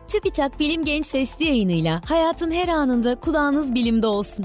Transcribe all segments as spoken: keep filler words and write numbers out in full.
Çubitak Bilim Genç Sesli yayınıyla hayatın her anında kulağınız bilimde olsun.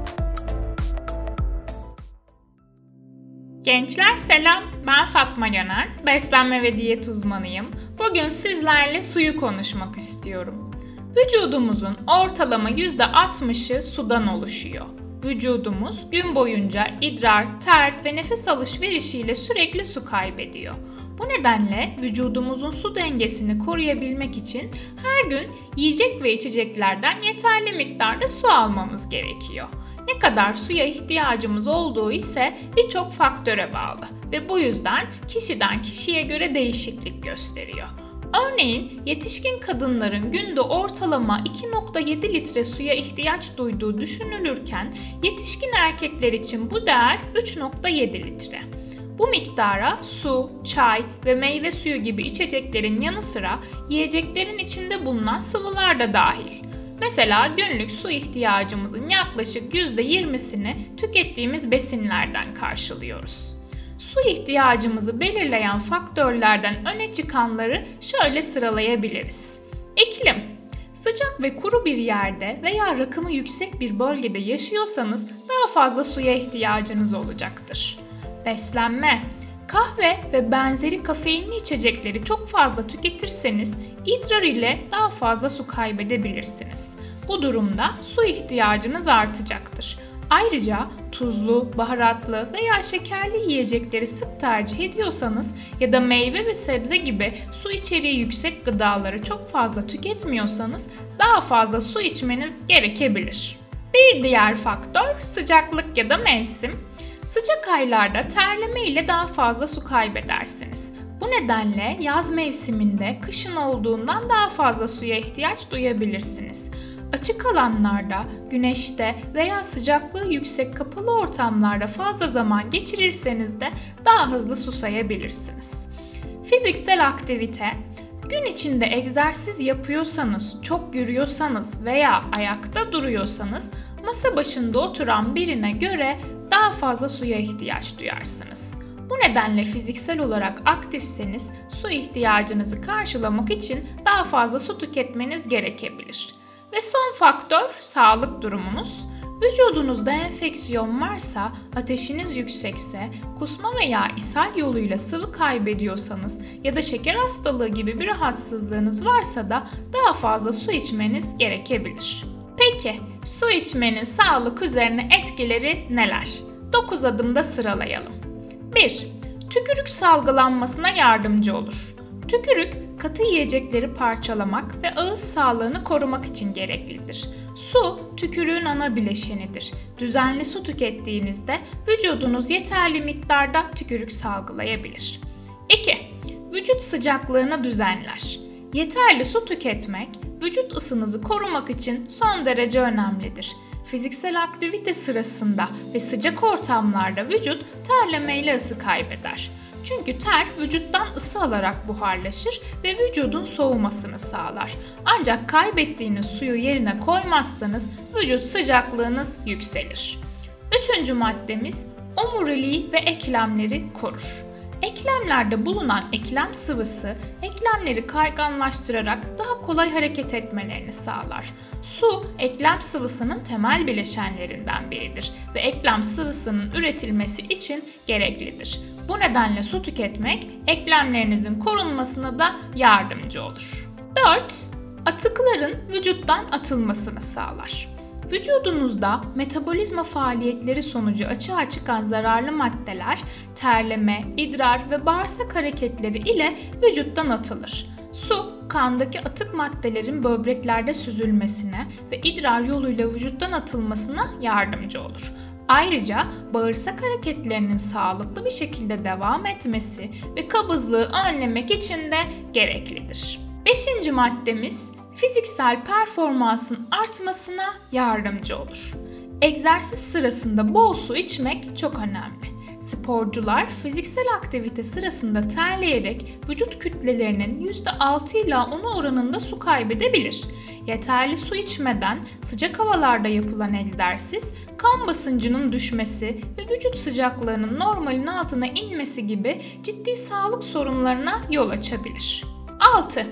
Gençler selam, ben Fatma Gönen, beslenme ve diyet uzmanıyım. Bugün sizlerle suyu konuşmak istiyorum. Vücudumuzun ortalama yüzde altmışı sudan oluşuyor. Vücudumuz gün boyunca idrar, ter ve nefes alışverişiyle sürekli su kaybediyor. Bu nedenle vücudumuzun su dengesini koruyabilmek için her gün yiyecek ve içeceklerden yeterli miktarda su almamız gerekiyor. Ne kadar suya ihtiyacımız olduğu ise birçok faktöre bağlı ve bu yüzden kişiden kişiye göre değişiklik gösteriyor. Örneğin yetişkin kadınların günde ortalama iki nokta yedi litre suya ihtiyaç duyduğu düşünülürken yetişkin erkekler için bu değer üç nokta yedi litre. Bu miktara su, çay ve meyve suyu gibi içeceklerin yanı sıra yiyeceklerin içinde bulunan sıvılar da dahil. Mesela günlük su ihtiyacımızın yaklaşık yüzde yirmisini tükettiğimiz besinlerden karşılıyoruz. Su ihtiyacımızı belirleyen faktörlerden öne çıkanları şöyle sıralayabiliriz. İklim. Sıcak ve kuru bir yerde veya rakımı yüksek bir bölgede yaşıyorsanız daha fazla suya ihtiyacınız olacaktır. Beslenme. Kahve ve benzeri kafeinli içecekleri çok fazla tüketirseniz idrar ile daha fazla su kaybedebilirsiniz. Bu durumda su ihtiyacınız artacaktır. Ayrıca tuzlu, baharatlı veya şekerli yiyecekleri sık tercih ediyorsanız ya da meyve ve sebze gibi su içeriği yüksek gıdaları çok fazla tüketmiyorsanız daha fazla su içmeniz gerekebilir. Bir diğer faktör sıcaklık ya da mevsim. Sıcak aylarda terleme ile daha fazla su kaybedersiniz. Bu nedenle yaz mevsiminde kışın olduğundan daha fazla suya ihtiyaç duyabilirsiniz. Açık alanlarda, güneşte veya sıcaklığı yüksek kapalı ortamlarda fazla zaman geçirirseniz de daha hızlı susayabilirsiniz. Fiziksel aktivite. Gün içinde egzersiz yapıyorsanız, çok yürüyorsanız veya ayakta duruyorsanız masa başında oturan birine göre daha fazla suya ihtiyaç duyarsınız. Bu nedenle fiziksel olarak aktifseniz su ihtiyacınızı karşılamak için daha fazla su tüketmeniz gerekebilir. Ve son faktör sağlık durumunuz. Vücudunuzda enfeksiyon varsa, ateşiniz yüksekse, kusma veya ishal yoluyla sıvı kaybediyorsanız ya da şeker hastalığı gibi bir rahatsızlığınız varsa da daha fazla su içmeniz gerekebilir. Peki, su içmenin sağlık üzerine etkileri neler? dokuz adımda sıralayalım. bir. Tükürük salgılanmasına yardımcı olur. Tükürük, katı yiyecekleri parçalamak ve ağız sağlığını korumak için gereklidir. Su, tükürüğün ana bileşenidir. Düzenli su tükettiğinizde vücudunuz yeterli miktarda tükürük salgılayabilir. iki. Vücut sıcaklığını düzenler. Yeterli su tüketmek, vücut ısınızı korumak için son derece önemlidir. Fiziksel aktivite sırasında ve sıcak ortamlarda vücut terlemeyle ısı kaybeder. Çünkü ter vücuttan ısı alarak buharlaşır ve vücudun soğumasını sağlar. Ancak kaybettiğiniz suyu yerine koymazsanız vücut sıcaklığınız yükselir. Üçüncü maddemiz omuriliği ve eklemleri korur. Eklemlerde bulunan eklem sıvısı eklemleri kayganlaştırarak daha kolay hareket etmelerini sağlar. Su, eklem sıvısının temel bileşenlerinden biridir ve eklem sıvısının üretilmesi için gereklidir. Bu nedenle su tüketmek eklemlerinizin korunmasına da yardımcı olur. dört. Atıkların vücuttan atılmasını sağlar. Vücudunuzda metabolizma faaliyetleri sonucu açığa çıkan zararlı maddeler terleme, idrar ve bağırsak hareketleri ile vücuttan atılır. Su, kandaki atık maddelerin böbreklerde süzülmesine ve idrar yoluyla vücuttan atılmasına yardımcı olur. Ayrıca bağırsak hareketlerinin sağlıklı bir şekilde devam etmesi ve kabızlığı önlemek için de gereklidir. Beşinci maddemiz fiziksel performansın artmasına yardımcı olur. Egzersiz sırasında bol su içmek çok önemli. Sporcular fiziksel aktivite sırasında terleyerek vücut kütlelerinin yüzde altı ila on oranında su kaybedebilir. Yeterli su içmeden sıcak havalarda yapılan egzersiz, kan basıncının düşmesi ve vücut sıcaklığının normalin altına inmesi gibi ciddi sağlık sorunlarına yol açabilir. altı.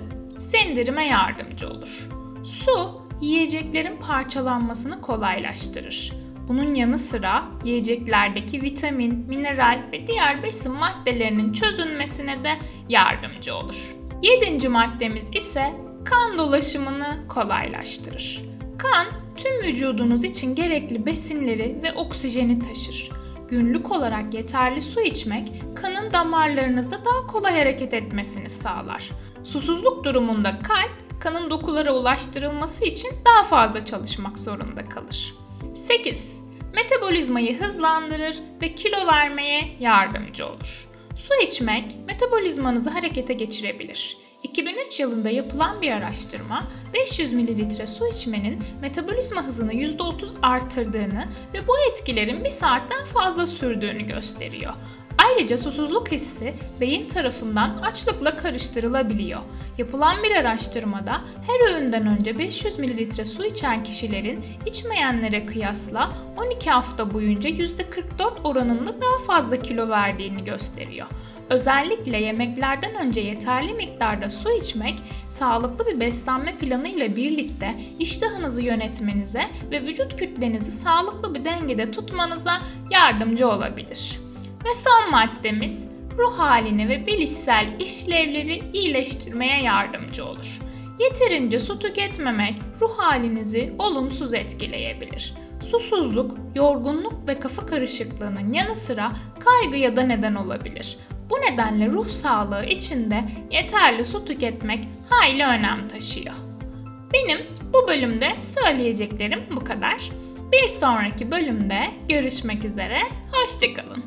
sindirime yardımcı olur. Su, yiyeceklerin parçalanmasını kolaylaştırır. Bunun yanı sıra yiyeceklerdeki vitamin, mineral ve diğer besin maddelerinin çözünmesine de yardımcı olur. Yedinci maddemiz ise kan dolaşımını kolaylaştırır. Kan, tüm vücudunuz için gerekli besinleri ve oksijeni taşır. Günlük olarak yeterli su içmek, kanın damarlarınızda daha kolay hareket etmesini sağlar. Susuzluk durumunda kalp, kanın dokulara ulaştırılması için daha fazla çalışmak zorunda kalır. sekiz. Metabolizmayı hızlandırır ve kilo vermeye yardımcı olur. Su içmek, metabolizmanızı harekete geçirebilir. iki bin üç yılında yapılan bir araştırma, beş yüz mililitre su içmenin metabolizma hızını yüzde otuz artırdığını ve bu etkilerin bir saatten fazla sürdüğünü gösteriyor. Ayrıca susuzluk hissi beyin tarafından açlıkla karıştırılabiliyor. Yapılan bir araştırmada her öğünden önce beş yüz mililitre su içen kişilerin içmeyenlere kıyasla on iki hafta boyunca yüzde kırk dört oranında daha fazla kilo verdiğini gösteriyor. Özellikle yemeklerden önce yeterli miktarda su içmek, sağlıklı bir beslenme planı ile birlikte iştahınızı yönetmenize ve vücut kütlenizi sağlıklı bir dengede tutmanıza yardımcı olabilir. Ve son maddemiz, ruh halini ve bilişsel işlevleri iyileştirmeye yardımcı olur. Yeterince su tüketmemek ruh halinizi olumsuz etkileyebilir. Susuzluk, yorgunluk ve kafa karışıklığının yanı sıra kaygıya da neden olabilir. Bu nedenle ruh sağlığı için de yeterli su tüketmek hayli önem taşıyor. Benim bu bölümde söyleyeceklerim bu kadar. Bir sonraki bölümde görüşmek üzere, hoşça kalın.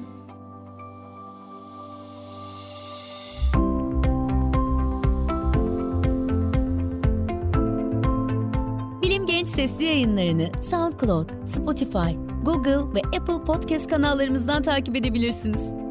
Bilim Genç sesli yayınlarını SoundCloud, Spotify, Google ve Apple Podcast kanallarımızdan takip edebilirsiniz.